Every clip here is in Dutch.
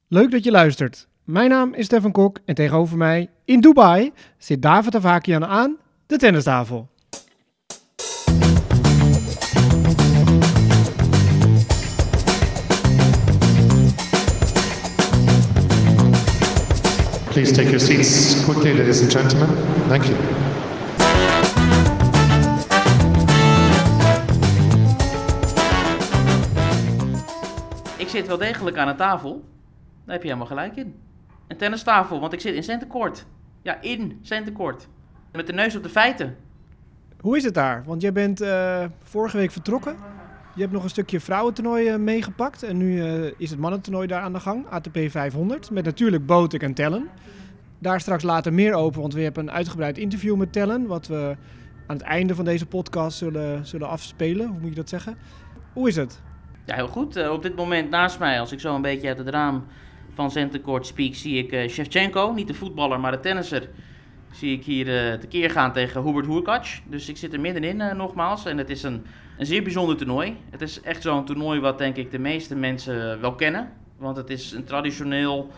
Leuk dat je luistert. Mijn naam is Stefan Kok en tegenover mij in Dubai zit David Avakian aan de tennistafel. Please take your seats quickly, ladies and gentlemen. Thank you. Ik zit wel degelijk aan een tafel. Daar heb je helemaal gelijk in. Een tennistafel, want ik zit in centercourt. Ja, in centercourt. Met de neus op de feiten. Hoe is het daar? Want jij bent vorige week vertrokken. Je hebt nog een stukje vrouwentoernooi meegepakt. En nu is het mannentoernooi daar aan de gang. ATP 500. Met natuurlijk Botic en Tellen. Daar straks later meer over, want we hebben een uitgebreid interview met Tellen. Wat we aan het einde van deze podcast zullen afspelen. Hoe moet je dat zeggen? Hoe is het? Ja, heel goed. Op dit moment naast mij, als ik zo een beetje uit het raam van centercourt speak, zie ik Shevchenko. Niet de voetballer, maar de tennisser. Zie ik hier tekeer gaan tegen Hubert Hurkacz. Dus ik zit er middenin nogmaals. En het is een zeer bijzonder toernooi. Het is echt zo'n toernooi wat denk ik de meeste mensen wel kennen. Want het is een traditioneel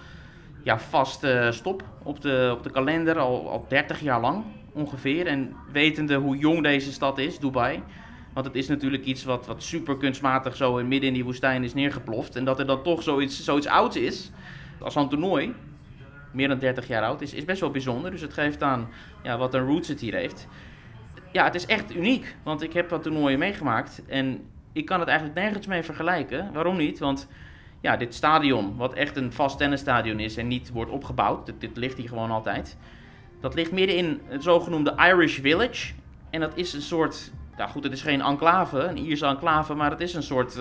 vast stop op de kalender al 30 jaar lang ongeveer. En wetende hoe jong deze stad is, Dubai. Want het is natuurlijk iets wat super kunstmatig zo midden in die woestijn is neergeploft. En dat er dan toch zoiets ouds is, als zo'n toernooi, meer dan 30 jaar oud, is best wel bijzonder. Dus het geeft aan wat een roots het hier heeft. Ja, het is echt uniek, want ik heb wat toernooien meegemaakt. En ik kan het eigenlijk nergens mee vergelijken. Waarom niet? Want dit stadion, wat echt een vast tennisstadion is en niet wordt opgebouwd, dit ligt hier gewoon altijd. Dat ligt midden in het zogenoemde Irish Village. En dat is een soort, het is geen enclave, een Ierse enclave, maar het is een soort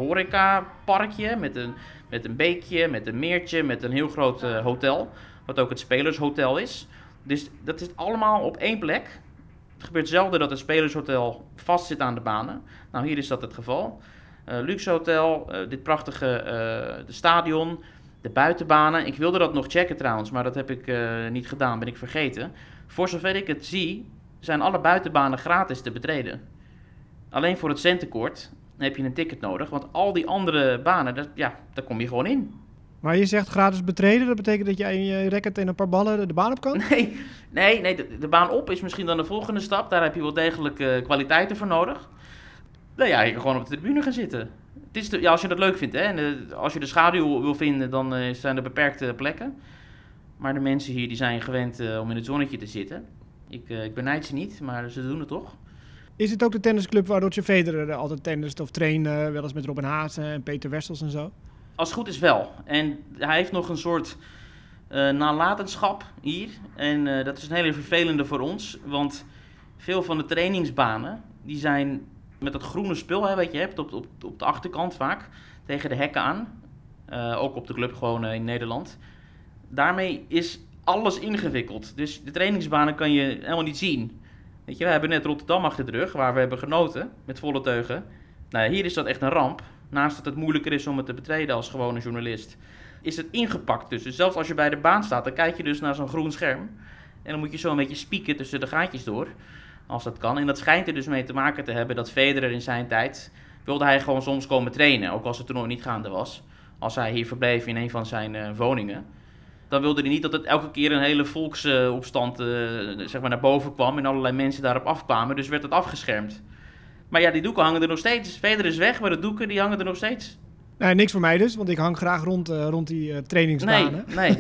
horecaparkje met een beekje, met een meertje, met een heel groot hotel. Wat ook het spelershotel is. Dus dat is allemaal op één plek. Het gebeurt zelden dat het spelershotel vast zit aan de banen. Nou, hier is dat het geval. Luxe hotel, dit prachtige stadion, de buitenbanen. Ik wilde dat nog checken trouwens, maar dat heb ik niet gedaan, ben ik vergeten. Voor zover ik het zie, zijn alle buitenbanen gratis te betreden. Alleen voor het centercourt heb je een ticket nodig, want al die andere banen, daar kom je gewoon in. Maar je zegt gratis betreden, dat betekent dat jij je racket en een paar ballen de baan op kan? Nee, de baan op is misschien dan de volgende stap. Daar heb je wel degelijk kwaliteiten voor nodig. Je kan gewoon op de tribune gaan zitten. Het is als je dat leuk vindt, hè. En als je de schaduw wil vinden, dan zijn er beperkte plekken. Maar de mensen hier die zijn gewend om in het zonnetje te zitten. Ik benijd ze niet, maar ze doen het toch. Is het ook de tennisclub waar Roger Federer altijd tennist of trainde, wel eens met Robin Haase en Peter Wessels en zo? Als het goed is wel. En hij heeft nog een soort nalatenschap hier. En dat is een hele vervelende voor ons. Want veel van de trainingsbanen, die zijn met dat groene spul, wat je hebt op de achterkant vaak, tegen de hekken aan. Ook op de club gewoon in Nederland. Daarmee is alles ingewikkeld. Dus de trainingsbanen kan je helemaal niet zien. Weet je, we hebben net Rotterdam achter de rug, waar we hebben genoten met volle teugen. Nou, hier is dat echt een ramp. Naast dat het moeilijker is om het te betreden als gewone journalist, is het ingepakt. Dus zelfs als je bij de baan staat, dan kijk je dus naar zo'n groen scherm. En dan moet je zo een beetje spieken tussen de gaatjes door, als dat kan. En dat schijnt er dus mee te maken te hebben dat Federer in zijn tijd, wilde hij gewoon soms komen trainen, ook als het toernooi niet gaande was. Als hij hier verbleef in een van zijn woningen. Dan wilde hij niet dat het elke keer een hele volksopstand naar boven kwam en allerlei mensen daarop afkwamen. Dus werd het afgeschermd. Maar die doeken hangen er nog steeds. Federer is weg, maar de doeken die hangen er nog steeds. Nee, niks voor mij dus, want ik hang graag rond die trainingsbanen. Nee.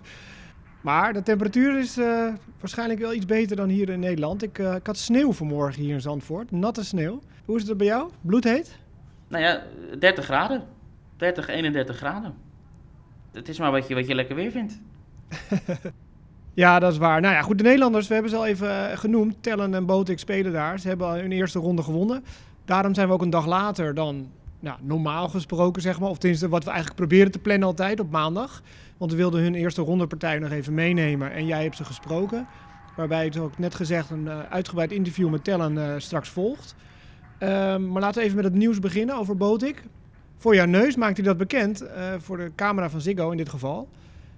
Maar de temperatuur is waarschijnlijk wel iets beter dan hier in Nederland. Ik had sneeuw vanmorgen hier in Zandvoort, natte sneeuw. Hoe is het bij jou? Bloedheet? 30 graden. 30, 31 graden. Het is maar wat je lekker weer vindt. Ja, dat is waar. Nou ja, goed, de Nederlanders, we hebben ze al even genoemd. Tellen en Botic spelen daar. Ze hebben al hun eerste ronde gewonnen. Daarom zijn we ook een dag later dan normaal gesproken, zeg maar. Of tenminste, wat we eigenlijk proberen te plannen altijd op maandag. Want we wilden hun eerste rondepartij nog even meenemen. En jij hebt ze gesproken. Waarbij het ook net gezegd een uitgebreid interview met Tellen straks volgt. Maar laten we even met het nieuws beginnen over Botic. Voor jouw neus maakt hij dat bekend, voor de camera van Ziggo in dit geval,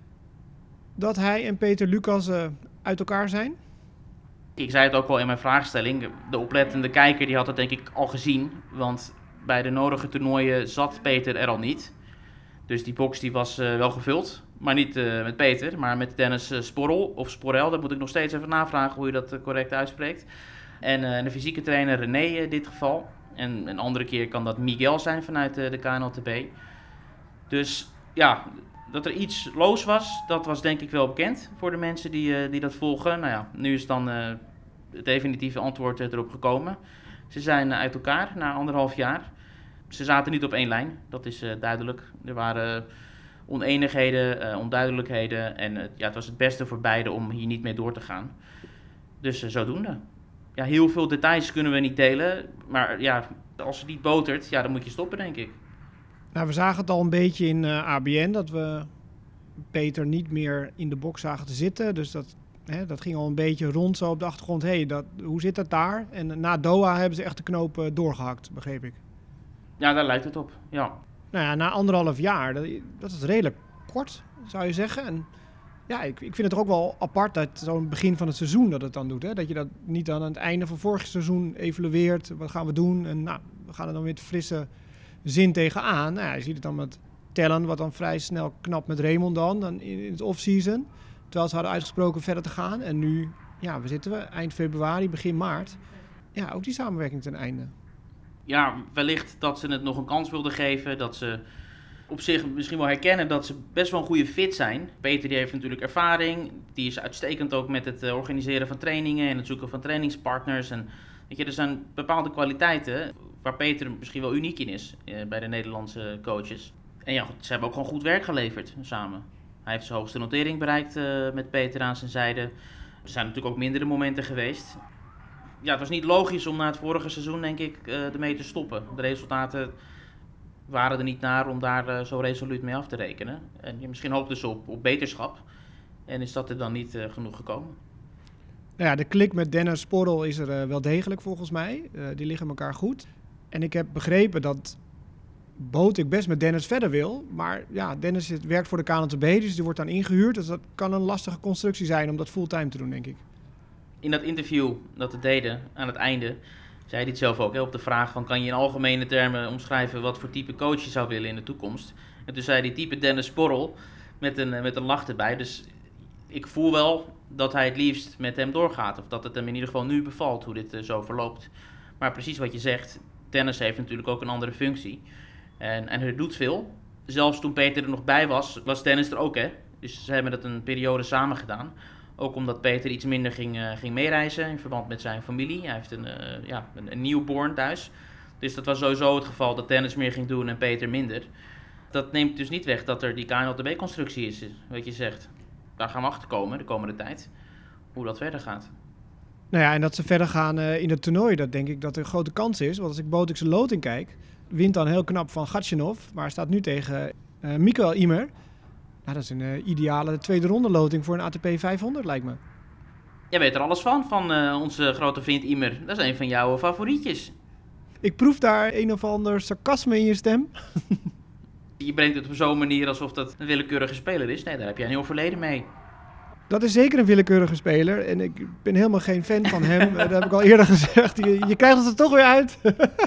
dat hij en Peter Lucas uit elkaar zijn? Ik zei het ook wel in mijn vraagstelling. De oplettende kijker die had het denk ik al gezien. Want bij de nodige toernooien zat Peter er al niet. Dus die box die was wel gevuld. Maar niet met Peter, maar met Dennis Sporrel of Sporrel. Dat moet ik nog steeds even navragen hoe je dat correct uitspreekt. En de fysieke trainer René in dit geval. En een andere keer kan dat Miguel zijn vanuit de KNLTB. Dus ja, dat er iets los was, dat was denk ik wel bekend voor de mensen die dat volgen. Nou ja, nu is dan het definitieve antwoord erop gekomen. Ze zijn uit elkaar na 1,5 jaar. Ze zaten niet op één lijn, dat is duidelijk. Er waren oneenigheden, onduidelijkheden en het was het beste voor beiden om hier niet mee door te gaan. Dus zodoende. Ja, heel veel details kunnen we niet delen, maar ja, als het niet botert, ja, dan moet je stoppen, denk ik. Nou, we zagen het al een beetje in ABN, dat we Peter niet meer in de box zagen te zitten. Dus dat ging al een beetje rond zo op de achtergrond. Hoe zit dat daar? En na Doha hebben ze echt de knoop doorgehakt, begreep ik. Ja, daar lijkt het op, ja. Nou ja, na 1,5 jaar, dat is redelijk kort, zou je zeggen. En ja, ik vind het er ook wel apart dat zo'n begin van het seizoen dat het dan doet. Hè? Dat je dat niet aan het einde van vorig seizoen evalueert. Wat gaan we doen? En nou, we gaan er dan met frisse zin tegenaan. Nou ja, je ziet het dan met Tellen, wat dan vrij snel knapt met Raymond dan in het off-season. Terwijl ze hadden uitgesproken verder te gaan. En nu, ja, we zitten eind februari, begin maart. Ja, ook die samenwerking ten einde. Ja, wellicht dat ze het nog een kans wilden geven. Dat ze op zich misschien wel herkennen dat ze best wel een goede fit zijn. Peter die heeft natuurlijk ervaring. Die is uitstekend ook met het organiseren van trainingen en het zoeken van trainingspartners. En weet je, er zijn bepaalde kwaliteiten waar Peter misschien wel uniek in is bij de Nederlandse coaches. En ja, ze hebben ook gewoon goed werk geleverd samen. Hij heeft zijn hoogste notering bereikt met Peter aan zijn zijde. Er zijn natuurlijk ook mindere momenten geweest. Ja, het was niet logisch om na het vorige seizoen, denk ik, ermee te stoppen. De resultaten waren er niet naar om daar zo resoluut mee af te rekenen. En je misschien hoopte ze op beterschap. En is dat er dan niet genoeg gekomen? Nou ja, de klik met Dennis Sporrel is er wel degelijk volgens mij. Die liggen elkaar goed. En ik heb begrepen dat Botik best met Dennis verder wil. Maar ja, Dennis werkt voor de KNLTB, dus die wordt dan ingehuurd. Dus dat kan een lastige constructie zijn om dat fulltime te doen, denk ik. In dat interview dat we deden aan het einde, zei hij het zelf ook, hè, op de vraag van kan je in algemene termen omschrijven wat voor type coach je zou willen in de toekomst. En toen zei hij type Dennis Sporrel met een lach erbij. Dus ik voel wel dat hij het liefst met hem doorgaat. Of dat het hem in ieder geval nu bevalt hoe dit zo verloopt. Maar precies wat je zegt, Dennis heeft natuurlijk ook een andere functie. En hij doet veel. Zelfs toen Peter er nog bij was, was Dennis er ook, hè. Dus ze hebben dat een periode samen gedaan. Ook omdat Peter iets minder ging meereizen in verband met zijn familie. Hij heeft een newborn thuis. Dus dat was sowieso het geval dat Dennis meer ging doen en Peter minder. Dat neemt dus niet weg dat er die KNLTB-constructie is, wat je zegt. Daar gaan we achter komen de komende tijd, hoe dat verder gaat. Nou ja, en dat ze verder gaan in het toernooi, dat denk ik dat er een grote kans is. Want als ik Botik's loting kijk, wint dan heel knap van Gatchenov, maar staat nu tegen Mikael Ymer. Nou, dat is een ideale tweede ronde loting voor een ATP 500, lijkt me. Jij weet er alles van onze grote vriend Ymer. Dat is een van jouw favorietjes. Ik proef daar een of ander sarcasme in je stem. Je brengt het op zo'n manier alsof dat een willekeurige speler is. Nee, daar heb jij een heel verleden mee. Dat is zeker een willekeurige speler. En ik ben helemaal geen fan van hem. Dat heb ik al eerder gezegd. Je krijgt het er toch weer uit.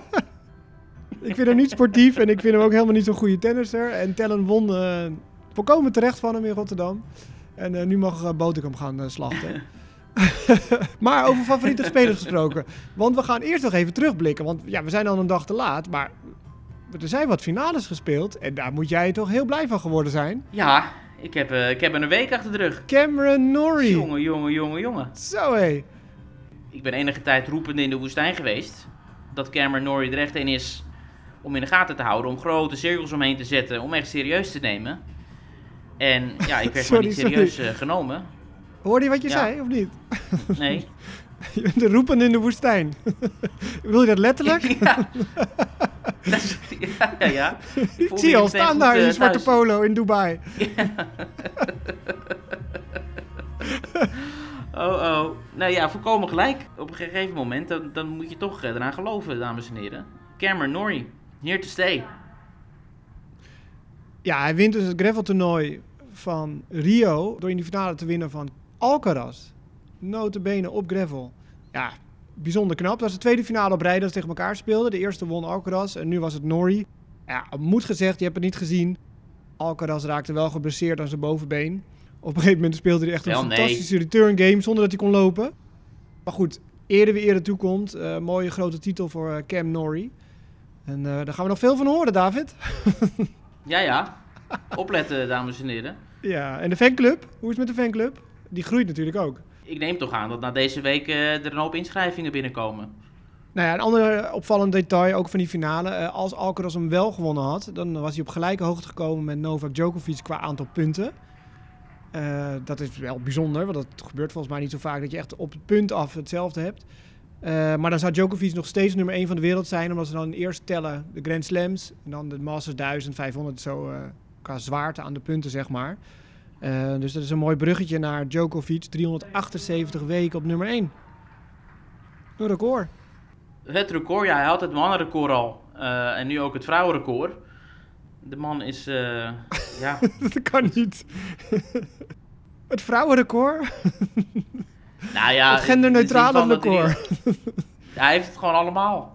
Ik vind hem niet sportief en ik vind hem ook helemaal niet zo'n goede tennisser. En Tellen won volkomen terecht van hem in Rotterdam. En nu mag Botik hem gaan slachten. Maar over favoriete spelers gesproken. Want we gaan eerst nog even terugblikken. Want ja, we zijn al een dag te laat. Maar er zijn wat finales gespeeld. En daar moet jij toch heel blij van geworden zijn. Ja, ik heb een week achter de rug. Cameron Norrie. Jongen. Zo hé. Ik ben enige tijd roepende in de woestijn geweest. Dat Cameron Norrie er echt een is om in de gaten te houden. Om grote cirkels omheen te zetten. Om echt serieus te nemen. En ja, ik werd maar niet serieus genomen. Hoorde je wat je zei, of niet? Nee. Je bent de roepende in de woestijn. Wil je dat letterlijk? Ja. Ik zie je al staan daar in je zwarte polo in Dubai. Oh. Nou ja, volkomen gelijk. Op een gegeven moment, dan moet je toch eraan geloven, dames en heren. Cameron Norrie, here to stay. Ja, hij wint dus het graveltoernooi van Rio door in de finale te winnen van Alcaraz. Nota bene op gravel. Ja, bijzonder knap. Dat was de tweede finale op rij dat ze tegen elkaar speelden. De eerste won Alcaraz en nu was het Norrie. Ja, moet gezegd, je hebt het niet gezien. Alcaraz raakte wel geblesseerd aan zijn bovenbeen. Op een gegeven moment speelde hij echt een Wel, nee. fantastische return game zonder dat hij kon lopen. Maar goed, eerder wie eerder toekomt. Mooie grote titel voor Cam Norrie. En daar gaan we nog veel van horen, David. Ja. Opletten, dames en heren. Ja, en de fanclub? Hoe is het met de fanclub? Die groeit natuurlijk ook. Ik neem toch aan dat na deze week er een hoop inschrijvingen binnenkomen. Nou ja, een ander opvallend detail, ook van die finale. Als Alcaraz hem wel gewonnen had, dan was hij op gelijke hoogte gekomen met Novak Djokovic qua aantal punten. Dat is wel bijzonder, want dat gebeurt volgens mij niet zo vaak dat je echt op het punt af hetzelfde hebt. Maar dan zou Djokovic nog steeds nummer 1 van de wereld zijn, omdat ze dan eerst tellen de Grand Slams en dan de Masters 1500 zo qua zwaarte aan de punten, zeg maar. Dus dat is een mooi bruggetje naar Djokovic, 378 weken op nummer 1. Een record. Het record, ja, hij had het mannenrecord al. En nu ook het vrouwenrecord. De man is, ja... Dat kan niet. Het vrouwenrecord? Nou ja, het genderneutrale record. Hij heeft het gewoon allemaal.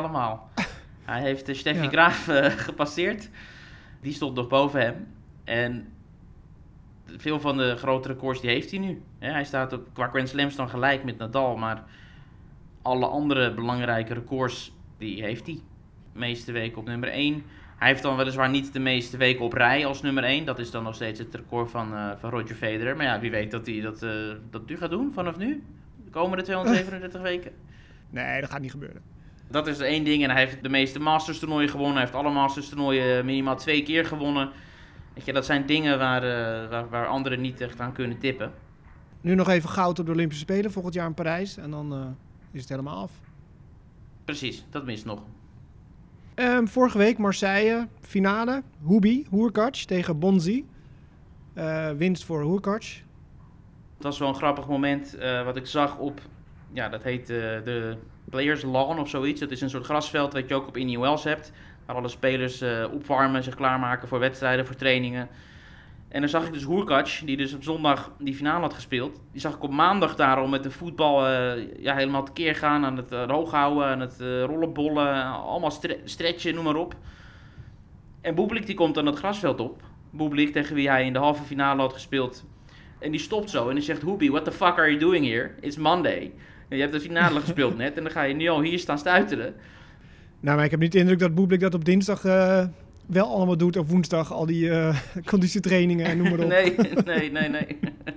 Hij heeft Steffi Graaf gepasseerd. Die stond nog boven hem. En veel van de grote records die heeft hij nu. Ja, hij staat qua Grand Slams dan gelijk met Nadal. Maar alle andere belangrijke records die heeft hij. De meeste weken op nummer 1. Hij heeft dan weliswaar niet de meeste weken op rij als nummer 1. Dat is dan nog steeds het record van Roger Federer. Maar ja, wie weet dat hij dat nu gaat doen vanaf nu. De komende 237 weken. Nee, dat gaat niet gebeuren. Dat is één ding. En hij heeft de meeste Masters toernooien gewonnen. Hij heeft alle Masters toernooien minimaal 2 keer gewonnen. Weet je, dat zijn dingen waar anderen niet echt aan kunnen tippen. Nu nog even goud op de Olympische Spelen volgend jaar in Parijs. En dan is het helemaal af. Precies, dat mist nog. Vorige week Marseille, finale. Hurkacz tegen Bonzi. Winst voor Hurkacz. Het was wel een grappig moment wat ik zag op, ja, dat heet de Players Lawn of zoiets. Dat is een soort grasveld wat je ook op Indian Wells hebt. Waar alle spelers opwarmen, zich klaarmaken voor wedstrijden, voor trainingen. En dan zag ik dus Hurkacz, die dus op zondag die finale had gespeeld. Die zag ik op maandag daar al met de voetbal helemaal tekeer gaan. Aan het hoog houden, aan het rollenbollen, allemaal stretchen, noem maar op. En Bublik die komt dan het grasveld op. Bublik tegen wie hij in de halve finale had gespeeld. En die stopt zo en die zegt: Hubi, what the fuck are you doing here? It's Monday. En je hebt de finale gespeeld net en dan ga je nu al hier staan stuiteren. Nou, maar ik heb niet de indruk dat Bublik dat op dinsdag wel allemaal doet. Op woensdag al die conditietrainingen en noem maar op. Nee.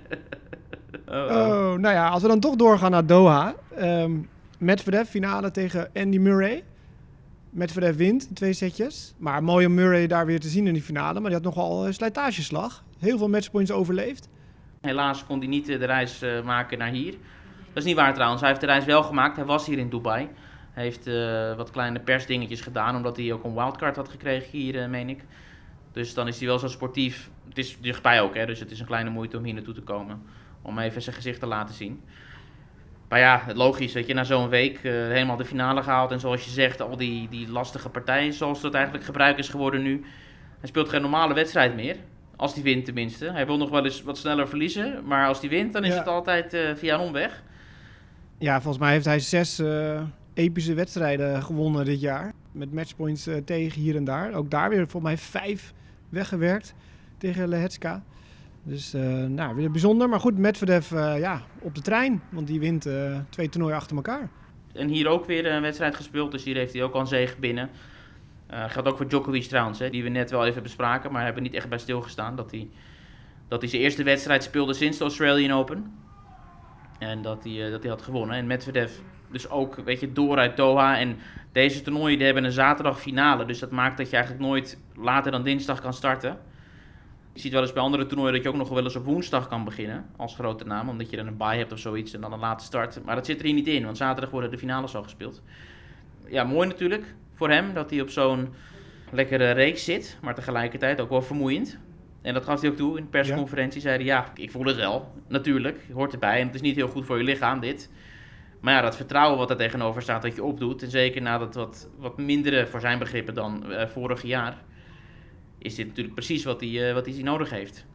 Oh, nou ja, als we dan toch doorgaan naar Doha. Medvedev finale tegen Andy Murray. Medvedev wint in 2 setjes. Maar mooi om Murray daar weer te zien in die finale. Maar die had nogal slijtageslag. Heel veel matchpoints overleefd. Helaas kon hij niet de reis maken naar hier. Dat is niet waar trouwens. Hij heeft de reis wel gemaakt. Hij was hier in Dubai. Hij heeft wat kleine persdingetjes gedaan. Omdat hij ook een wildcard had gekregen hier, meen ik. Dus dan is hij wel zo sportief. Het is dichtbij ook, hè. Dus het is een kleine moeite om hier naartoe te komen. Om even zijn gezicht te laten zien. Maar ja, logisch, weet je, na zo'n week helemaal de finale gehaald. En zoals je zegt, al die lastige partijen zoals dat eigenlijk gebruik is geworden nu. Hij speelt geen normale wedstrijd meer. Als hij wint tenminste. Hij wil nog wel eens wat sneller verliezen. Maar als hij wint, dan is het altijd via een omweg. Ja, volgens mij heeft hij 6 epische wedstrijden gewonnen dit jaar. Met matchpoints tegen hier en daar. Ook daar weer volgens mij 5 weggewerkt tegen Lehecka. Dus weer bijzonder. Maar goed, Medvedev op de trein. Want die wint 2 toernooien achter elkaar. En hier ook weer een wedstrijd gespeeld. Dus hier heeft hij ook al een zege binnen. Geldt ook voor Djokovic trouwens. Hè, die we net wel even bespraken. Maar hebben niet echt bij stilgestaan. Dat hij zijn eerste wedstrijd speelde sinds de Australian Open. En dat hij had gewonnen. En Medvedev dus ook, weet je, door uit Doha. En deze toernooien die hebben een zaterdag finale. Dus dat maakt dat je eigenlijk nooit later dan dinsdag kan starten. Je ziet wel eens bij andere toernooien dat je ook nog wel eens op woensdag kan beginnen. Als grote naam, omdat je dan een bye hebt of zoiets en dan een late start. Maar dat zit er hier niet in, want zaterdag worden de finales al gespeeld. Ja, mooi natuurlijk voor hem dat hij op zo'n lekkere reeks zit. Maar tegelijkertijd ook wel vermoeiend. En dat gaf hij ook toe in de persconferentie. Zei hij, ja, ik voel het wel. Natuurlijk, je hoort erbij. En het is niet heel goed voor je lichaam, dit. Maar ja, dat vertrouwen wat er tegenover staat dat je opdoet. En zeker na dat wat mindere voor zijn begrippen dan vorig jaar. Is dit natuurlijk precies wat hij nodig heeft.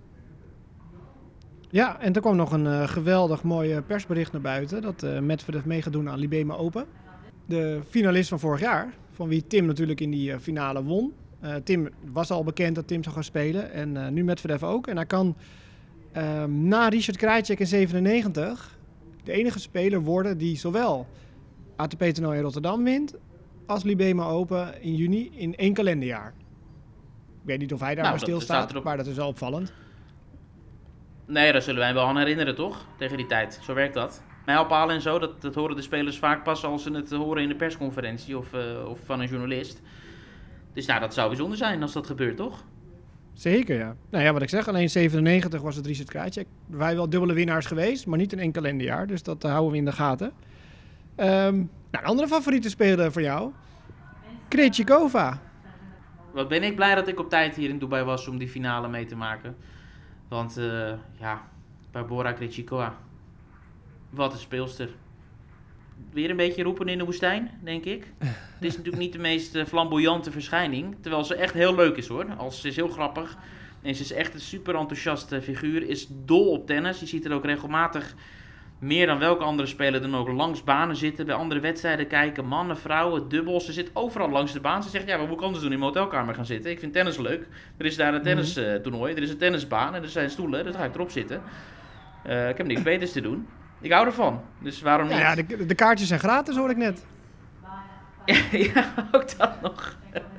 Ja, en er kwam nog een geweldig mooi persbericht naar buiten. Dat Medvedev mee gaat doen aan Libema Open. De finalist van vorig jaar. Van wie Tim natuurlijk in die finale won. Tim was al bekend dat Tim zou gaan spelen. En nu Medvedev ook. En hij kan na Richard Krajicek in 97 de enige speler worden die zowel ATP-toernooi in Rotterdam wint als Libema Open in juni in 1 kalenderjaar. Ik weet niet of hij daar Nou, maar stilstaat, maar dat is wel opvallend. Nee, dat zullen wij wel aan herinneren, toch? Tegen die tijd. Zo werkt dat. Mijlpalen en zo, dat horen de spelers vaak pas als ze het horen in de persconferentie of van een journalist. Dus nou, dat zou bijzonder zijn als dat gebeurt, toch? Zeker, ja. Nou ja, wat ik zeg, alleen 97 was het Richard Krajicek. Wij wel dubbele winnaars geweest, maar niet in 1 kalenderjaar. Dus dat houden we in de gaten. Een andere favoriete speler voor jou? Krejcikova. Wat ben ik blij dat ik op tijd hier in Dubai was om die finale mee te maken. Want Barbora Krejcikova. Wat een speelster. Weer een beetje roepen in de woestijn, denk ik. Het is natuurlijk niet de meest flamboyante verschijning. Terwijl ze echt heel leuk is, hoor. Ze is heel grappig. En ze is echt een super enthousiaste figuur. Is dol op tennis. Je ziet er ook regelmatig meer dan welke andere speler dan ook langs banen zitten. Bij andere wedstrijden kijken. Mannen, vrouwen, dubbels. Ze zit overal langs de baan. Ze zegt, ja, wat moet ik anders doen? In mijn hotelkamer gaan zitten. Ik vind tennis leuk. Er is daar een tennistoernooi. Er is een tennisbaan. En er zijn stoelen. Dus ga ik erop zitten. Ik heb niks beters te doen. Ik hou ervan. Dus waarom niet? Ja, de kaartjes zijn gratis, hoor ik net. Ja, ook dat nog.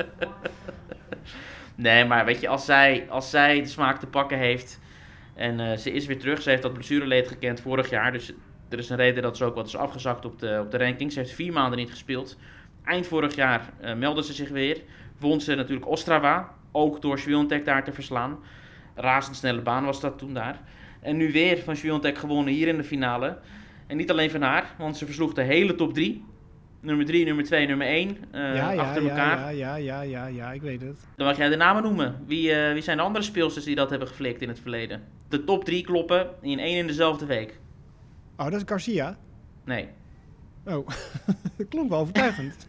Nee, maar weet je, als zij de smaak te pakken heeft en ze is weer terug. Ze heeft dat blessureleed gekend vorig jaar. Dus er is een reden dat ze ook wat is afgezakt op de ranking. Ze heeft 4 maanden niet gespeeld. Eind vorig jaar meldde ze zich weer. Won ze natuurlijk Ostrava. Ook door Swiatek daar te verslaan. Razendsnelle baan was dat toen daar. En nu weer van Swiatek gewonnen hier in de finale. En niet alleen van haar, want ze versloeg de hele top 3. Nummer 3, nummer 2, nummer 1 achter elkaar. Ja, ik weet het. Dan mag jij de namen noemen. Wie zijn de andere speelsters die dat hebben geflikt in het verleden? De top 3 kloppen in 1 in dezelfde week. Oh, dat is Garcia? Nee. Oh, dat klonk wel overtuigend.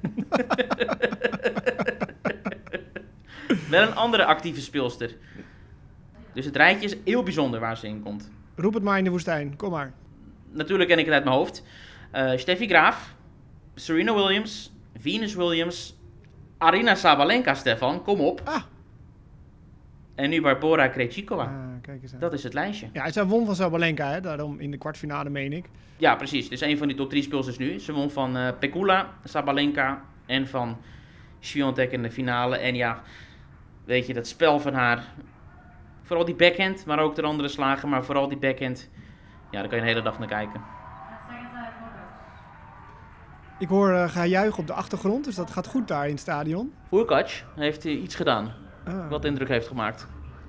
Wel een andere actieve speelster. Dus het rijtje is heel bijzonder waar ze in komt. Roep het maar in de woestijn, kom maar. Natuurlijk ken ik het uit mijn hoofd. Steffi Graaf, Serena Williams, Venus Williams, Aryna Sabalenka, Stefan, kom op. Ah. En nu Barbora Krejcikova. Kijk eens aan. Dat is het lijstje. Ja, zij won van Sabalenka, hè? Daarom in de kwartfinale, meen ik. Ja, precies. Dus een van die top 3 speelsters nu. Ze won van Pegula, Sabalenka en van Swiatek in de finale. En ja, weet je, dat spel van haar. Vooral die backhand, maar ook de andere slagen. Maar vooral die backhand. Ja, daar kan je een hele dag naar kijken. Ik hoor ga juichen op de achtergrond, dus dat gaat goed daar in het stadion. Hurkacz heeft iets gedaan. Wat indruk heeft gemaakt.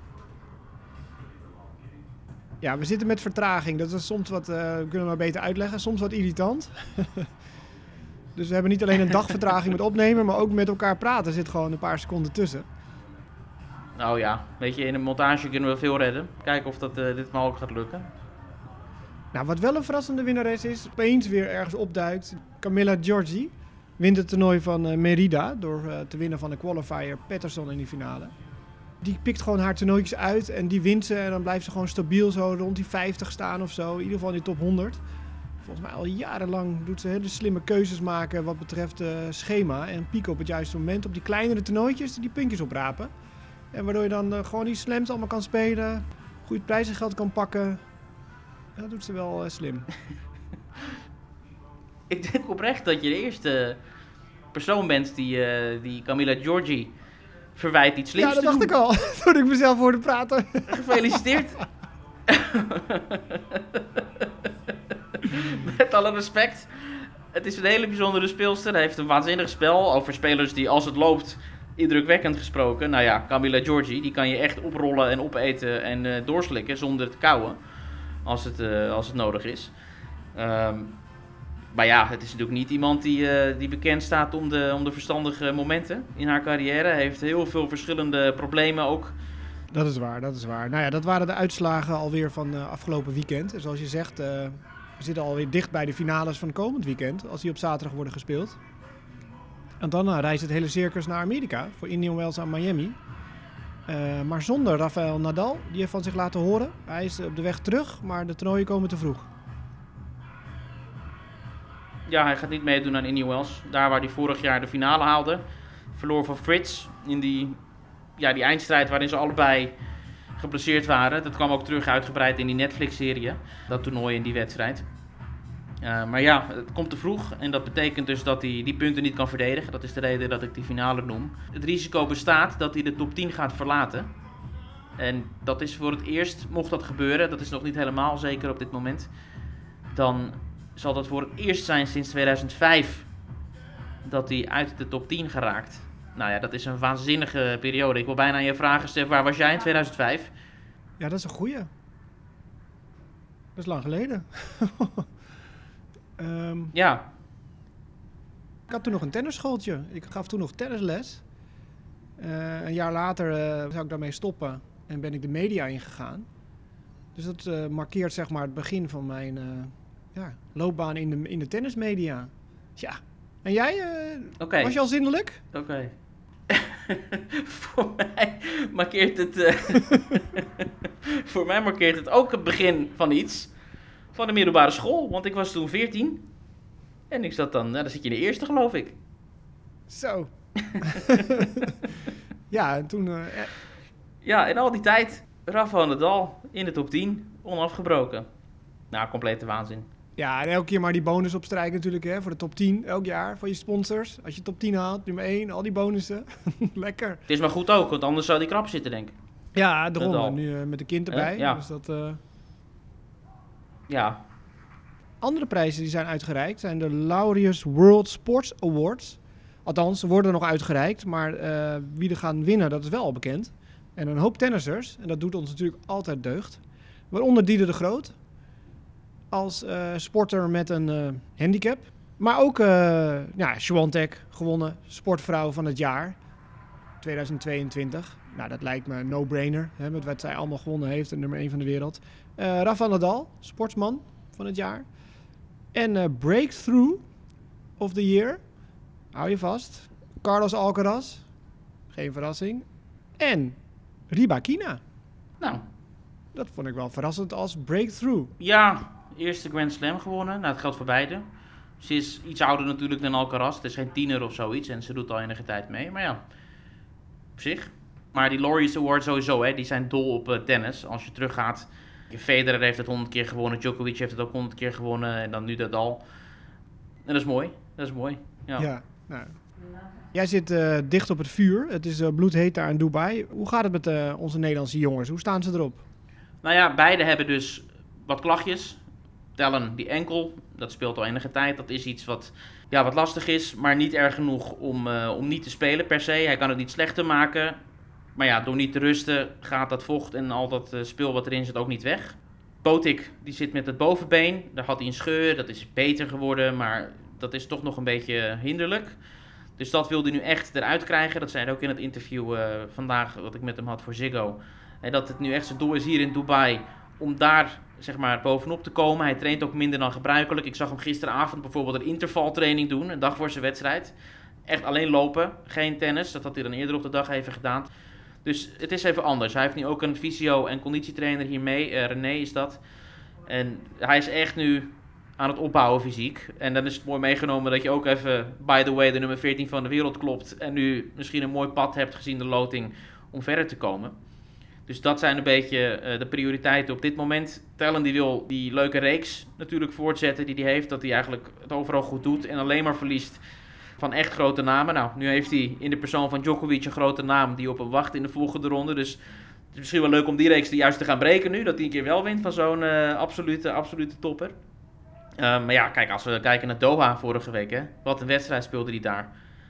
Ja, we zitten met vertraging. Dat is soms wat, kunnen we maar beter uitleggen, soms wat irritant. Dus we hebben niet alleen een dag vertraging met opnemen, maar ook met elkaar praten. Er zit gewoon een paar seconden tussen. Nou ja, weet je, in de montage kunnen we veel redden. Kijken of dat ditmaal ook gaat lukken. Nou, wat wel een verrassende winnares is, opeens weer ergens opduikt. Camilla Giorgi wint het toernooi van Merida door te winnen van de qualifier Patterson in die finale. Die pikt gewoon haar toernooitjes uit en die wint ze en dan blijft ze gewoon stabiel zo rond die 50 staan of zo. In ieder geval in die top 100. Volgens mij al jarenlang doet ze hele slimme keuzes maken wat betreft schema en pieken op het juiste moment. Op die kleinere toernooitjes die puntjes oprapen. En waardoor je dan gewoon die slams allemaal kan spelen, goed prijzengeld kan pakken. Dat doet ze wel slim. Ik denk oprecht dat je de eerste persoon bent die Camilla Giorgi verwijt iets slims te doen. Ja, dat doen. dacht ik al, toen ik mezelf hoorde praten. Gefeliciteerd. Met alle respect. Het is een hele bijzondere speelster. Hij heeft een waanzinnig spel over spelers die als het loopt indrukwekkend gesproken. Nou ja, Camilla Giorgi, die kan je echt oprollen en opeten en doorslikken zonder te kauwen. Als het nodig is. Maar ja, het is natuurlijk niet iemand die bekend staat om de verstandige momenten in haar carrière. Hij heeft heel veel verschillende problemen ook. Dat is waar, dat is waar. Nou ja, dat waren de uitslagen alweer van afgelopen weekend. En zoals je zegt, we zitten alweer dicht bij de finales van komend weekend. Als die op zaterdag worden gespeeld. En dan reist het hele circus naar Amerika voor Indian Wells aan Miami. Maar zonder Rafael Nadal. Die heeft van zich laten horen. Hij is op de weg terug, maar de toernooien komen te vroeg. Ja, hij gaat niet meedoen aan Indian Wells. Daar waar hij vorig jaar de finale haalde. Verloor van Fritz in die die eindstrijd waarin ze allebei geblesseerd waren. Dat kwam ook terug uitgebreid in die Netflix-serie. Dat toernooi in die wedstrijd. Maar ja, het komt te vroeg en dat betekent dus dat hij die punten niet kan verdedigen. Dat is de reden dat ik die finale noem. Het risico bestaat dat hij de top 10 gaat verlaten. En dat is voor het eerst, mocht dat gebeuren, dat is nog niet helemaal zeker op dit moment, dan zal dat voor het eerst zijn sinds 2005 dat hij uit de top 10 geraakt. Nou ja, dat is een waanzinnige periode. Ik wil bijna aan je vragen, Stef, waar was jij in 2005? Ja, dat is een goeie. Dat is lang geleden. Ja. Ik had toen nog een tennisschooltje. Ik gaf toen nog tennisles. Een jaar later zou ik daarmee stoppen en ben ik de media ingegaan. Dus dat markeert zeg maar het begin van mijn loopbaan in de tennismedia. Ja. En jij? Was je al zindelijk? Oké. Voor mij markeert het voor mij markeert het ook het begin van iets. Van de middelbare school. Want ik was toen 14. En ik zat dan zit je in de eerste, geloof ik. Zo. Ja, en toen... Ja, en al die tijd, Rafael Nadal in de top 10, onafgebroken. Nou, complete waanzin. Ja, en elke keer maar die bonus opstrijken natuurlijk, hè, voor de top 10 elk jaar, voor je sponsors. Als je top 10 haalt, nummer 1, al die bonussen. Lekker. Het is maar goed ook, want anders zou die krap zitten, denk ik. Ja, daarom. Nu met de kind erbij. Ja. Dus dat... Ja. Andere prijzen die zijn uitgereikt zijn de Laureus World Sports Awards. Althans, ze worden nog uitgereikt, maar wie er gaan winnen, dat is wel al bekend. En een hoop tennissers, en dat doet ons natuurlijk altijd deugd. Waaronder Dieder de Groot, als sporter met een handicap. Maar ook Swiatek gewonnen, sportvrouw van het jaar, 2022. Nou, dat lijkt me een no-brainer, hè, met wat zij allemaal gewonnen heeft, de nummer 1 van de wereld. Rafael Nadal, sportsman van het jaar. En Breakthrough of the Year, hou je vast, Carlos Alcaraz, geen verrassing. En Rybakina. Nou. Dat vond ik wel verrassend als breakthrough. Ja, eerste Grand Slam gewonnen. Nou, het geldt voor beide. Ze is iets ouder natuurlijk dan Alcaraz. Het is geen tiener of zoiets en ze doet al enige tijd mee. Maar ja, op zich. Maar die Laureus Award sowieso, hè, die zijn dol op tennis. Als je teruggaat, Federer heeft het 100 keer gewonnen, Djokovic heeft het ook 100 keer gewonnen en dan nu Nadal. En dat is mooi. Dat is mooi. Ja, nou. Jij zit dicht op het vuur. Het is bloedheet daar in Dubai. Hoe gaat het met onze Nederlandse jongens? Hoe staan ze erop? Nou ja, beide hebben dus wat klachtjes. Tellen die enkel, dat speelt al enige tijd. Dat is iets wat lastig is, maar niet erg genoeg om niet te spelen per se. Hij kan het niet slechter maken. Maar ja, door niet te rusten gaat dat vocht en al dat spul wat erin zit ook niet weg. Botik, die zit met het bovenbeen. Daar had hij een scheur, dat is beter geworden, maar dat is toch nog een beetje hinderlijk. Dus dat wil hij nu echt eruit krijgen. Dat zei hij ook in het interview vandaag dat ik met hem had voor Ziggo. En dat het nu echt zijn doel is hier in Dubai om daar zeg maar bovenop te komen. Hij traint ook minder dan gebruikelijk. Ik zag hem gisteravond bijvoorbeeld een intervaltraining doen, een dag voor zijn wedstrijd. Echt alleen lopen, geen tennis. Dat had hij dan eerder op de dag even gedaan. Dus het is even anders. Hij heeft nu ook een fysio- en conditietrainer hiermee. René is dat. En hij is echt nu aan het opbouwen fysiek. En dan is het mooi meegenomen dat je ook even, by the way, de nummer 14 van de wereld klopt. En nu misschien een mooi pad hebt gezien de loting om verder te komen. Dus dat zijn een beetje de prioriteiten op dit moment. Tellen die wil die leuke reeks natuurlijk voortzetten die hij heeft. Dat hij eigenlijk het overal goed doet en alleen maar verliest van echt grote namen. Nou, nu heeft hij in de persoon van Djokovic een grote naam die op hem wacht in de volgende ronde. Dus het is misschien wel leuk om die reeks juist te gaan breken nu. Dat hij een keer wel wint van zo'n absolute topper. Maar ja, kijk, als we kijken naar Doha vorige week, hè, wat een wedstrijd speelde hij daar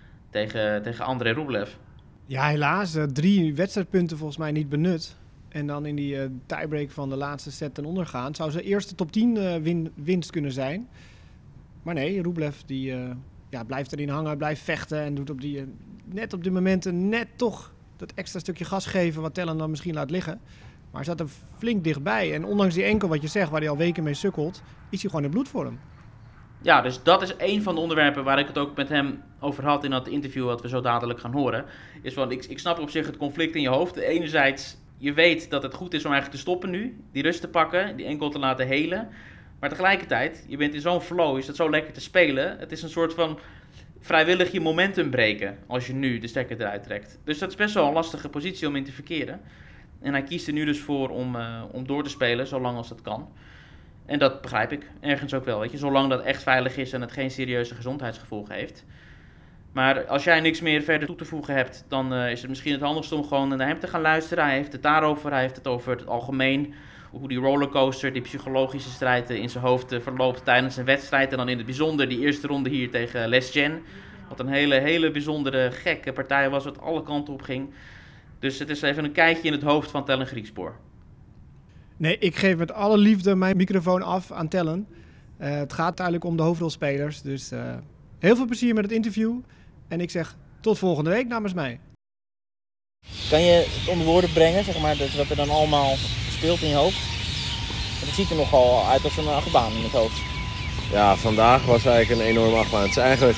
tegen Andrei Rublev. Ja, helaas. 3 wedstrijdpunten volgens mij niet benut. En dan in die tiebreak van de laatste set ten onder gaan. Het zou zijn eerste top 10 winst kunnen zijn. Maar nee, Rublev die blijft erin hangen, blijft vechten. En doet net op die momenten net toch dat extra stukje gas geven wat Tellen dan misschien laat liggen. Maar hij zat er flink dichtbij. En ondanks die enkel wat je zegt, waar hij al weken mee sukkelt, is hij gewoon in bloedvorm. Ja, dus dat is een van de onderwerpen waar ik het ook met hem over had in dat interview wat we zo dadelijk gaan horen. Is van, ik snap op zich het conflict in je hoofd. Enerzijds, je weet dat het goed is om eigenlijk te stoppen nu, die rust te pakken, die enkel te laten helen. Maar tegelijkertijd, je bent in zo'n flow, is het zo lekker te spelen. Het is een soort van vrijwillig je momentum breken als je nu de stekker eruit trekt. Dus dat is best wel een lastige positie om in te verkeren. En hij kiest er nu dus voor om door te spelen, zolang als dat kan. En dat begrijp ik ergens ook wel, weet je. Zolang dat echt veilig is en het geen serieuze gezondheidsgevolgen heeft. Maar als jij niks meer verder toe te voegen hebt, dan is het misschien het handigste om gewoon naar hem te gaan luisteren. Hij heeft het daarover, hij heeft het over het algemeen. Hoe die rollercoaster, die psychologische strijd in zijn hoofd verloopt tijdens een wedstrijd. En dan in het bijzonder die eerste ronde hier tegen Les Gen. Wat een hele bijzondere, gekke partij was, wat alle kanten op ging. Dus het is even een kijkje in het hoofd van Tellen Griekspoor. Nee, ik geef met alle liefde mijn microfoon af aan Tellen. Het gaat uiteindelijk om de hoofdrolspelers. Dus heel veel plezier met het interview. En ik zeg tot volgende week namens mij. Kan je het onder woorden brengen, zeg maar, wat er dan allemaal speelt in je hoofd? Het ziet er nogal uit als een achtbaan in het hoofd. Ja, vandaag was eigenlijk een enorme achtbaan. Het is eigenlijk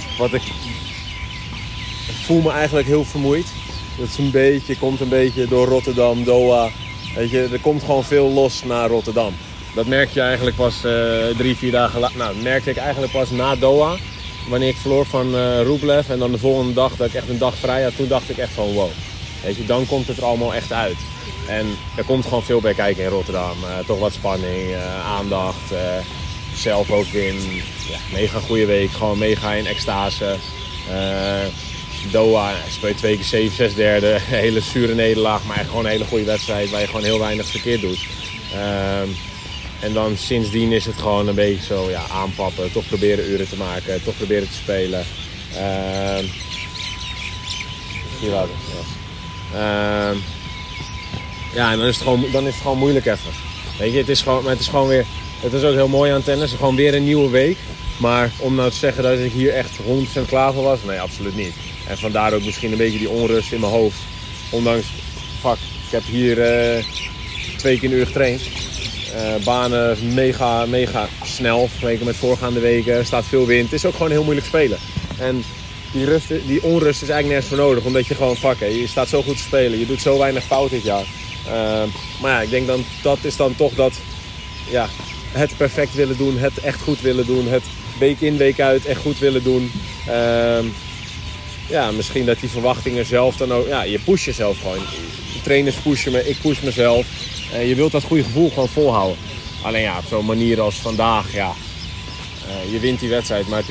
ik voel me eigenlijk heel vermoeid. Dat is komt een beetje door Rotterdam, Doha. Weet je, er komt gewoon veel los naar Rotterdam. Dat merk je eigenlijk pas 3-4 dagen later. Nou, dat merkte ik eigenlijk pas na Doha. Wanneer ik verloor van Rublev en dan de volgende dag dat ik echt een dag vrij had. Toen dacht ik echt van wow. Weet je, dan komt het er allemaal echt uit. En er komt gewoon veel bij kijken in Rotterdam. Toch wat spanning, aandacht. Zelf ook in mega goede week. Gewoon mega in extase. Doha speel je 2 keer 7-6 derde. Een hele zure nederlaag, maar echt gewoon een hele goede wedstrijd waar je gewoon heel weinig verkeerd doet. En dan sindsdien is het gewoon een beetje zo aanpappen. Toch proberen uren te maken, toch proberen te spelen. En dan is het gewoon moeilijk even. Weet je, het is gewoon weer. Het is ook heel mooi aan tennis. Gewoon weer een nieuwe week. Maar om nou te zeggen dat ik hier echt 100% klaar voor was, nee, absoluut niet. En vandaar ook misschien een beetje die onrust in mijn hoofd. Ondanks, ik heb hier 2 keer een uur getraind. Banen mega snel vergeleken met voorgaande weken. Er staat veel wind. Het is ook gewoon heel moeilijk spelen. En die onrust is eigenlijk nergens voor nodig. Omdat je gewoon, je staat zo goed te spelen. Je doet zo weinig fout dit jaar. Maar ja, ik denk dan dat is dan toch dat, het perfect willen doen. Het echt goed willen doen. Het week in, week uit echt goed willen doen. Misschien dat die verwachtingen zelf dan ook. Je pusht jezelf gewoon. De trainers pushen me, ik push mezelf. Je wilt dat goede gevoel gewoon volhouden. Alleen op zo'n manier als vandaag, je wint die wedstrijd, maar het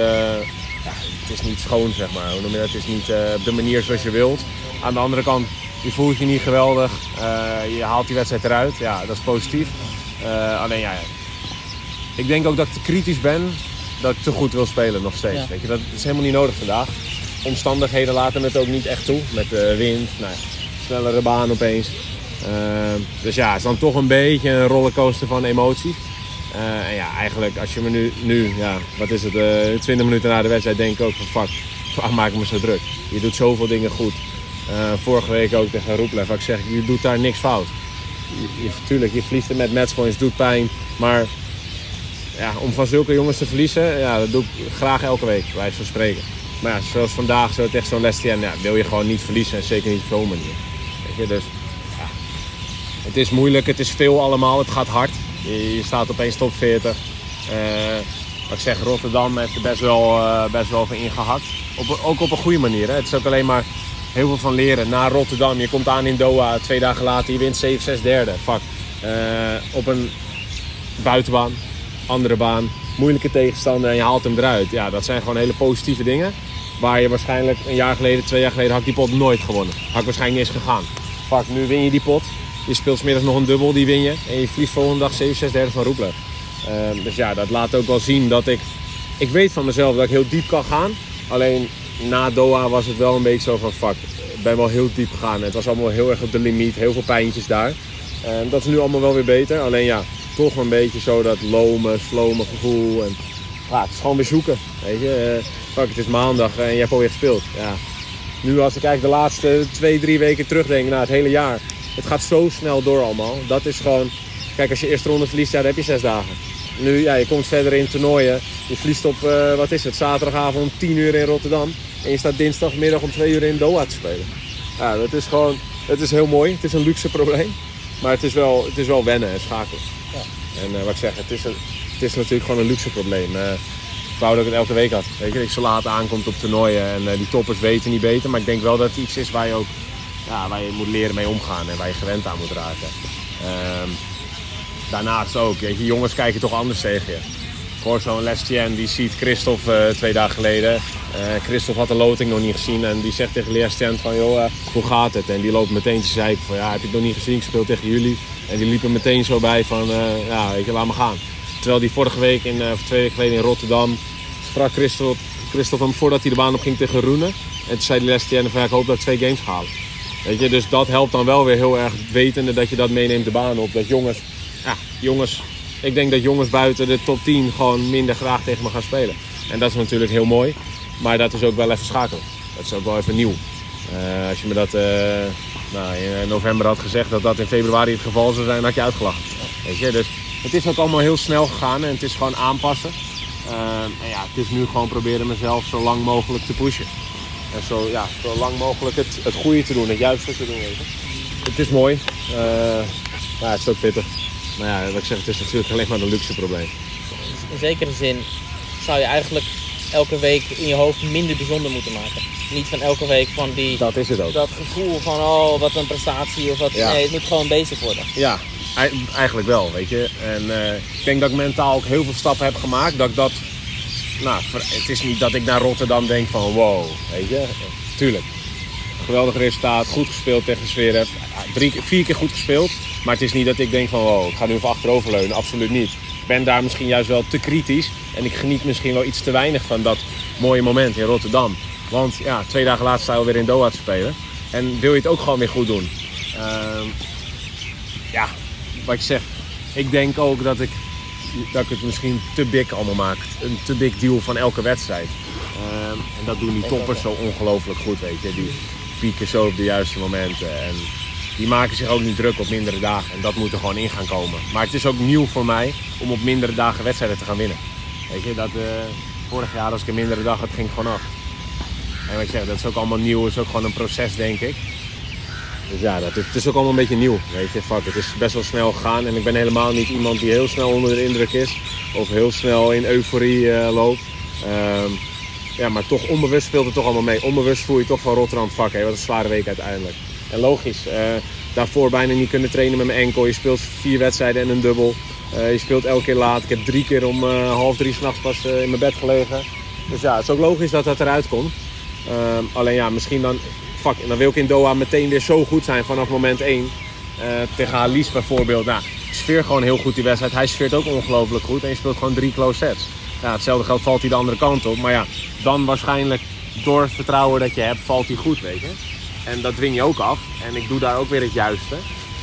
is niet schoon, zeg maar. Hoe noem je dat? Het is niet op de manier zoals je wilt. Aan de andere kant, je voelt je niet geweldig. Je haalt die wedstrijd eruit, dat is positief. Alleen ik denk ook dat ik te kritisch ben, dat ik te goed wil spelen nog steeds. Ja. Weet je, dat is helemaal niet nodig vandaag. Omstandigheden laten het ook niet echt toe. Met de wind, snellere baan opeens. Dus het is dan toch een beetje een rollercoaster van emoties. Eigenlijk als je me nu wat is het, 20 minuten na de wedstrijd denk ik ook van waarom maak ik me zo druk? Je doet zoveel dingen goed. Vorige week ook tegen Rublev, ik zeg, je doet daar niks fout. Tuurlijk, je verliest er met matchpoints, doet pijn. Maar om van zulke jongens te verliezen, dat doe ik graag elke week, bij wijze van spreken. Maar zoals vandaag, zo tegen zo'n Lestienne, wil je gewoon niet verliezen. En zeker niet op zo'n manier. Weet je, dus het is moeilijk, het is veel allemaal, het gaat hard. Je staat opeens top 40. Wat ik zeg, Rotterdam heeft er best wel van ingehakt. Ook op een goede manier. Hè. Het is ook alleen maar heel veel van leren. Na Rotterdam, je komt aan in Doha, 2 dagen later, je wint 7-6 derde. Op een buitenbaan, andere baan, moeilijke tegenstander en je haalt hem eruit. Ja, dat zijn gewoon hele positieve dingen. Waar je waarschijnlijk 2 jaar geleden had ik die pot nooit gewonnen. Had ik waarschijnlijk niet eens gegaan. Nu win je die pot. Je speelt 's middags nog een dubbel, die win je. En je verliest volgende dag 7-6 derde van Rublev. Dus dat laat ook wel zien dat ik weet van mezelf dat ik heel diep kan gaan. Alleen na Doha was het wel een beetje zo van ik ben wel heel diep gegaan. Het was allemaal heel erg op de limiet, heel veel pijntjes daar. Dat is nu allemaal wel weer beter. Alleen toch een beetje zo dat slome gevoel. En, het is gewoon weer zoeken. Weet je. Het is maandag en je hebt alweer gespeeld. Ja. Nu als ik eigenlijk de laatste 2-3 weken terugdenk naar het hele jaar. Het gaat zo snel door allemaal. Dat is gewoon. Kijk, als je eerste ronde verliest, dan heb je 6 dagen. Nu, je komt verder in toernooien. Je verliest op, zaterdagavond om 10 uur in Rotterdam. En je staat dinsdagmiddag om 2 uur in Doha te spelen. Ja, dat is gewoon. Het is heel mooi. Het is een luxe probleem. Maar het is wel wennen en schakelen. Ja. En wat ik zeg, het is natuurlijk gewoon een luxe probleem. Ik wou dat ik het elke week had. Weet je, dat ik zo laat aankomt op toernooien en die toppers weten niet beter. Maar ik denk wel dat het iets is waar je ook waar je moet leren mee omgaan en waar je gewend aan moet raken. Daarnaast ook, weet je, jongens kijken toch anders tegen je. Ik hoor zo'n Lestien, die ziet Christophe 2 dagen geleden. Christophe had de loting nog niet gezien en die zegt tegen Lestien van joh, hoe gaat het? En die loopt meteen te zeiken van ja, heb je het nog niet gezien? Ik speel tegen jullie. En die liepen meteen zo bij van weet je, laat me gaan. Terwijl die vorige week, of 2 weken geleden in Rotterdam, sprak Christophe hem voordat hij de baan op ging tegen Roenen. En toen zei Lestien van ja, ik hoop dat ik 2 games ga halen. Weet je, dus dat helpt dan wel weer heel erg wetende dat je dat meeneemt de baan op. Dat jongens, ik denk dat jongens buiten de top 10 gewoon minder graag tegen me gaan spelen. En dat is natuurlijk heel mooi, maar dat is ook wel even schakelen. Dat is ook wel even nieuw. Als je me dat in november had gezegd dat dat in februari het geval zou zijn, had je uitgelachen. Weet je, dus het is ook allemaal heel snel gegaan en het is gewoon aanpassen. En ja, het is nu gewoon proberen mezelf zo lang mogelijk te pushen. En zo lang mogelijk het goede te doen, het juiste te doen. Weet je. Het is mooi, het is ook pittig. Maar ja, wat ik zeg, het is natuurlijk alleen maar een luxe probleem. In zekere zin zou je eigenlijk elke week in je hoofd minder bijzonder moeten maken. Niet van elke week van dat is het ook. Dat gevoel van oh, wat een prestatie of wat. Ja. Nee, het moet gewoon bezig worden. Ja, eigenlijk wel, weet je. En ik denk dat ik mentaal ook heel veel stappen heb gemaakt. Het is niet dat ik naar Rotterdam denk van wow, weet je. Tuurlijk. Geweldig resultaat, goed gespeeld tegen Zverev. 4 keer goed gespeeld. Maar het is niet dat ik denk van wow, ik ga nu even achteroverleunen. Absoluut niet. Ik ben daar misschien juist wel te kritisch. En ik geniet misschien wel iets te weinig van dat mooie moment in Rotterdam. Want 2 dagen later sta je weer in Doha te spelen. En wil je het ook gewoon weer goed doen. Wat ik zeg. Ik denk ook dat ik het misschien te big allemaal maak. Een te big deal van elke wedstrijd. En dat doen die toppers zo ongelooflijk goed, weet je. Die pieken zo op de juiste momenten. En die maken zich ook niet druk op mindere dagen. En dat moet er gewoon in gaan komen. Maar het is ook nieuw voor mij om op mindere dagen wedstrijden te gaan winnen. Weet je, dat vorig jaar als ik een mindere dag had, ging ik gewoon af. En wat ik zeg, dat is ook allemaal nieuw. Het is ook gewoon een proces, denk ik. Dus ja, het is ook allemaal een beetje nieuw. Weet je, het is best wel snel gegaan. En ik ben helemaal niet iemand die heel snel onder de indruk is. Of heel snel in euforie loopt. Maar toch onbewust speelt het toch allemaal mee. Onbewust voel je toch van Rotterdam fuck, wat een zware week uiteindelijk. En logisch, daarvoor bijna niet kunnen trainen met mijn enkel. Je speelt 4 wedstrijden en een dubbel. Je speelt elke keer laat. Ik heb 3 keer om 2:30 's nachts pas in mijn bed gelegen. Dus ja, het is ook logisch dat dat eruit komt. Alleen ja, misschien dan wil ik in Doha meteen weer zo goed zijn vanaf moment 1. Tegen Halis bijvoorbeeld. Nou, ik sfeer gewoon heel goed die wedstrijd. Hij sfeert ook ongelooflijk goed en je speelt gewoon 3 close sets. Ja, hetzelfde geld valt hij de andere kant op. Maar ja, dan waarschijnlijk door het vertrouwen dat je hebt, valt hij goed, weet je. En dat dwing je ook af. En ik doe daar ook weer het juiste.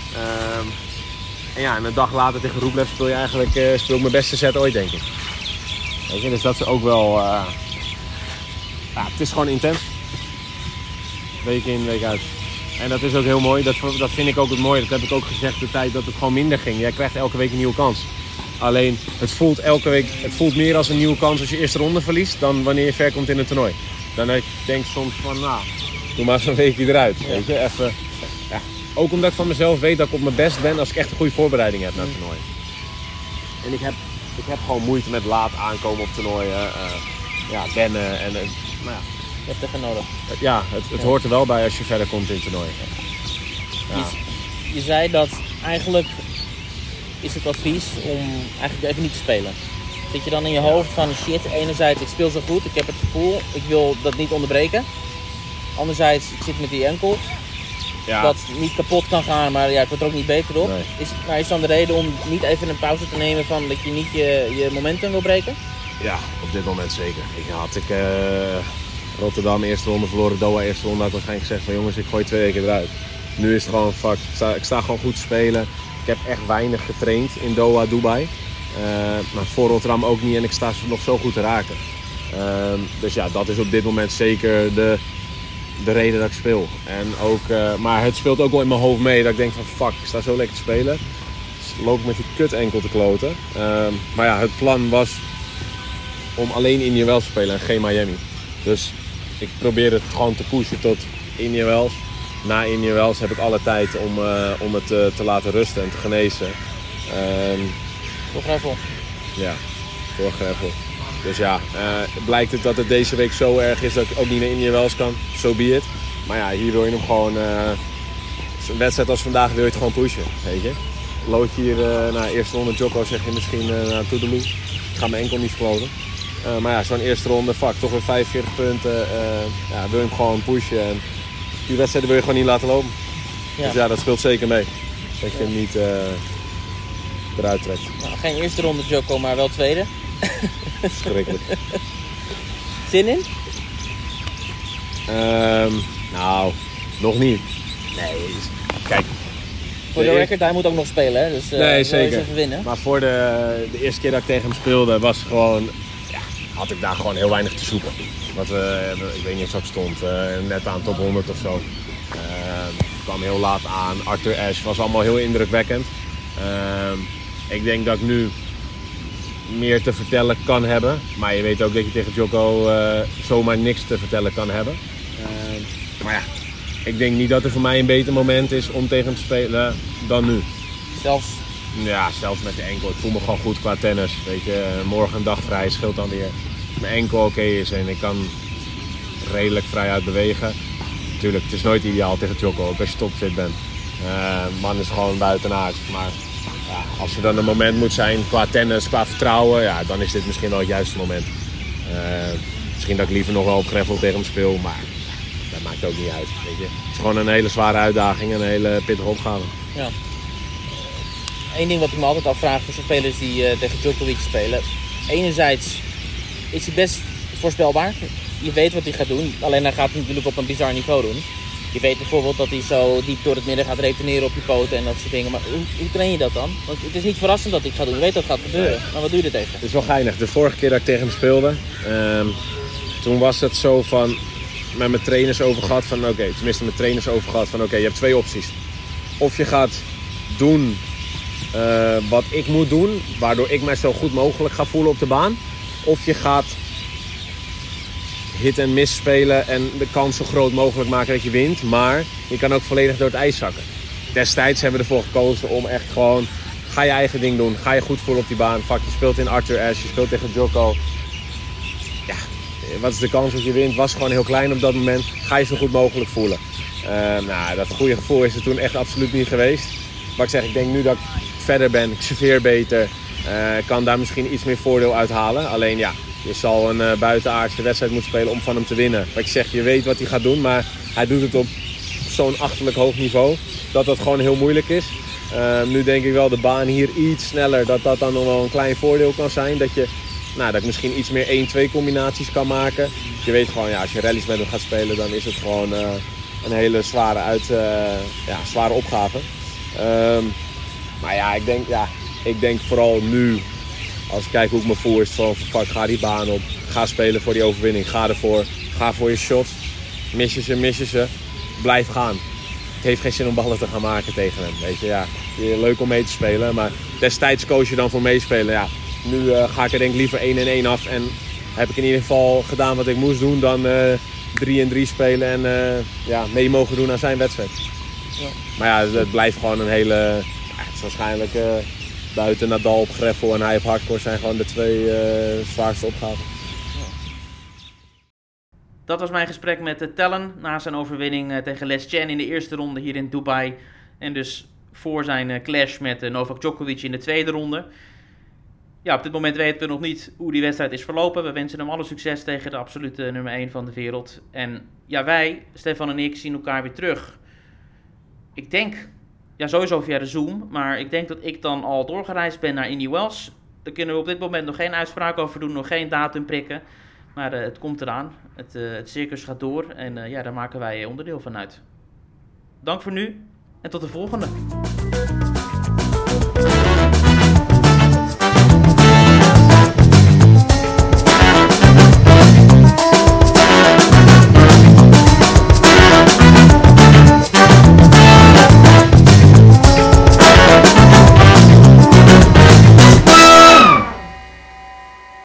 En een dag later tegen Rublev speel ik mijn beste set ooit, denk ik. Weet je, dus dat is ook wel... het is gewoon intens. Week in, week uit. En dat is ook heel mooi. Dat vind ik ook het mooie. Dat heb ik ook gezegd de tijd dat het gewoon minder ging. Jij krijgt elke week een nieuwe kans. Alleen, het voelt meer als een nieuwe kans als je eerste ronde verliest dan wanneer je ver komt in een toernooi. Dan denk ik soms van, doe maar zo'n weekje eruit. Weet je, even. Ja. Ook omdat ik van mezelf weet dat ik op mijn best ben als ik echt een goede voorbereiding heb naar het toernooi. En ik heb gewoon moeite met laat aankomen op toernooien. Wennen en Je hebt even nodig. Ja, het hoort er wel bij als je verder komt in het toernooi. Ja. Je zei dat eigenlijk is het advies om eigenlijk even niet te spelen. Zit je dan in je hoofd van shit, enerzijds ik speel zo goed, ik heb het gevoel, ik wil dat niet onderbreken. Anderzijds, ik zit met die enkel, dat niet kapot kan gaan, maar ik word er ook niet beter op. Nee. Is dan de reden om niet even een pauze te nemen van dat je niet je momentum wil breken? Ja, op dit moment zeker. Rotterdam eerste ronde verloren, Doha eerste ronde had ik waarschijnlijk gezegd van jongens, ik gooi 2 weken eruit. Nu is het gewoon fuck, ik sta gewoon goed te spelen. Ik heb echt weinig getraind in Doha, Dubai. Maar voor Rotterdam ook niet en ik sta nog zo goed te raken. Dus ja, dat is op dit moment zeker de reden dat ik speel. En ook, maar het speelt ook wel in mijn hoofd mee dat ik denk van fuck, ik sta zo lekker te spelen. Dus loop ik met die kut enkel te kloten. Maar ja, het plan was om alleen Indian Wells te spelen en geen Miami. Dus ik probeer het gewoon te pushen tot Indian Wells. Na Indian Wells heb ik alle tijd om het te laten rusten en te genezen. Voor gravel? Ja, voor gravel. Dus ja, blijkt het dat het deze week zo erg is dat ik ook niet naar Indian Wells kan. So be it. Maar ja, hier wil je hem gewoon... Een wedstrijd als vandaag wil je het gewoon pushen, weet je. Loodje hier na eerste ronde Jocko zeg je misschien toedeloe. Ik ga mijn enkel niet verkloten. Maar ja, zo'n eerste ronde, toch weer 45 punten. Ja, wil je hem gewoon pushen. En die wedstrijden wil je gewoon niet laten lopen. Ja. Dus ja, dat speelt zeker mee. Dat je hem niet eruit trekt. Nou, geen eerste ronde Jocko, maar wel tweede. Verschrikkelijk. Zin in? Nou, nog niet. Nee, kijk. Voor de record, hij moet ook nog spelen, hè? Dus nee, zeker. Even winnen. Maar voor de eerste keer dat ik tegen hem speelde, was gewoon, ja, had ik daar gewoon heel weinig te zoeken. Want ik weet niet of ik stond, net aan top 100 of zo. Kwam heel laat aan. Arthur Ashe was allemaal heel indrukwekkend. Ik denk dat ik nu meer te vertellen kan hebben. Maar je weet ook dat je tegen Jocko zomaar niks te vertellen kan hebben. Maar ja, ik denk niet dat er voor mij een beter moment is om tegen hem te spelen dan nu. Zelfs met de enkel. Ik voel me gewoon goed qua tennis. Weet je, morgen een dag vrij scheelt dan weer. Als mijn enkel oké is en ik kan redelijk vrij uit bewegen. Natuurlijk, het is nooit ideaal tegen Jocko, ook als je topfit bent. Man is gewoon buitenaard. Maar ja, als er dan een moment moet zijn qua tennis, qua vertrouwen, ja, dan is dit misschien wel het juiste moment. Misschien dat ik liever nog wel op gravel tegen hem speel, maar dat maakt ook niet uit. Weet je. Het is gewoon een hele zware uitdaging en een hele pittige opgave. Ja. Eén ding wat ik me altijd afvraag voor spelers die tegen Djokovic spelen. Enerzijds is hij best voorspelbaar. Je weet wat hij gaat doen, alleen hij gaat het natuurlijk op een bizar niveau doen. Je weet bijvoorbeeld dat hij zo diep door het midden gaat retourneren op je poten en dat soort dingen. Maar hoe train je dat dan? Want het is niet verrassend dat hij het gaat doen. Je weet dat het gaat gebeuren. Maar wat doe je er tegen? Het is wel geinig. De vorige keer dat ik tegen hem speelde, toen was het zo van, met mijn trainers over gehad van oké, je hebt twee opties. Of je gaat doen wat ik moet doen, waardoor ik mij zo goed mogelijk ga voelen op de baan. Of je gaat hit en miss spelen en de kans zo groot mogelijk maken dat je wint. Maar je kan ook volledig door het ijs zakken. Destijds hebben we ervoor gekozen om echt gewoon, ga je eigen ding doen. Ga je goed voelen op die baan. Fuck, je speelt in Arthur Ashe, je speelt tegen Jocko. Ja, wat is de kans dat je wint? Was gewoon heel klein op dat moment. Ga je zo goed mogelijk voelen. Dat goede gevoel is er toen echt absoluut niet geweest. Maar ik zeg, ik denk nu dat ik verder ben. Ik serveer beter. Kan daar misschien iets meer voordeel uit halen. Alleen ja, je zal een buitenaardse wedstrijd moeten spelen om van hem te winnen. Wat je zegt, je weet wat hij gaat doen, maar hij doet het op zo'n achterlijk hoog niveau dat dat gewoon heel moeilijk is. Nu denk ik wel de baan hier iets sneller, dat dan nog wel een klein voordeel kan zijn. Dat ik misschien iets meer 1-2 combinaties kan maken. Dus je weet gewoon, ja, als je rallies met hem gaat spelen, dan is het gewoon een hele zware opgave. Maar ja, ik denk vooral nu, als ik kijk hoe ik me voel, is het van fuck, ga die baan op. Ga spelen voor die overwinning. Ga ervoor. Ga voor je shots. Mis je ze. Blijf gaan. Het heeft geen zin om ballen te gaan maken tegen hem. Weet je, ja. Leuk om mee te spelen, maar destijds koos je dan voor meespelen. Ja. Nu ga ik er denk ik liever 1-1 af en heb ik in ieder geval gedaan wat ik moest doen dan 3-3 spelen en mee mogen doen aan zijn wedstrijd. Ja. Maar ja, het blijft gewoon een hele, het is waarschijnlijk buiten Nadal op gravel en hij op hardcore zijn gewoon de twee zwaarste opgaven. Dat was mijn gesprek met Tellen na zijn overwinning tegen Les Chen in de eerste ronde hier in Dubai. En dus voor zijn clash met Novak Djokovic in de tweede ronde. Ja, op dit moment weten we nog niet hoe die wedstrijd is verlopen. We wensen hem alle succes tegen de absolute nummer 1 van de wereld. En ja, wij, Stefan en ik, zien elkaar weer terug. Ik denk, ja, sowieso via de Zoom, maar ik denk dat ik dan al doorgereisd ben naar Indian Wells. Daar kunnen we op dit moment nog geen uitspraak over doen, nog geen datum prikken. Maar het komt eraan. Het circus gaat door en daar maken wij onderdeel van uit. Dank voor nu en tot de volgende.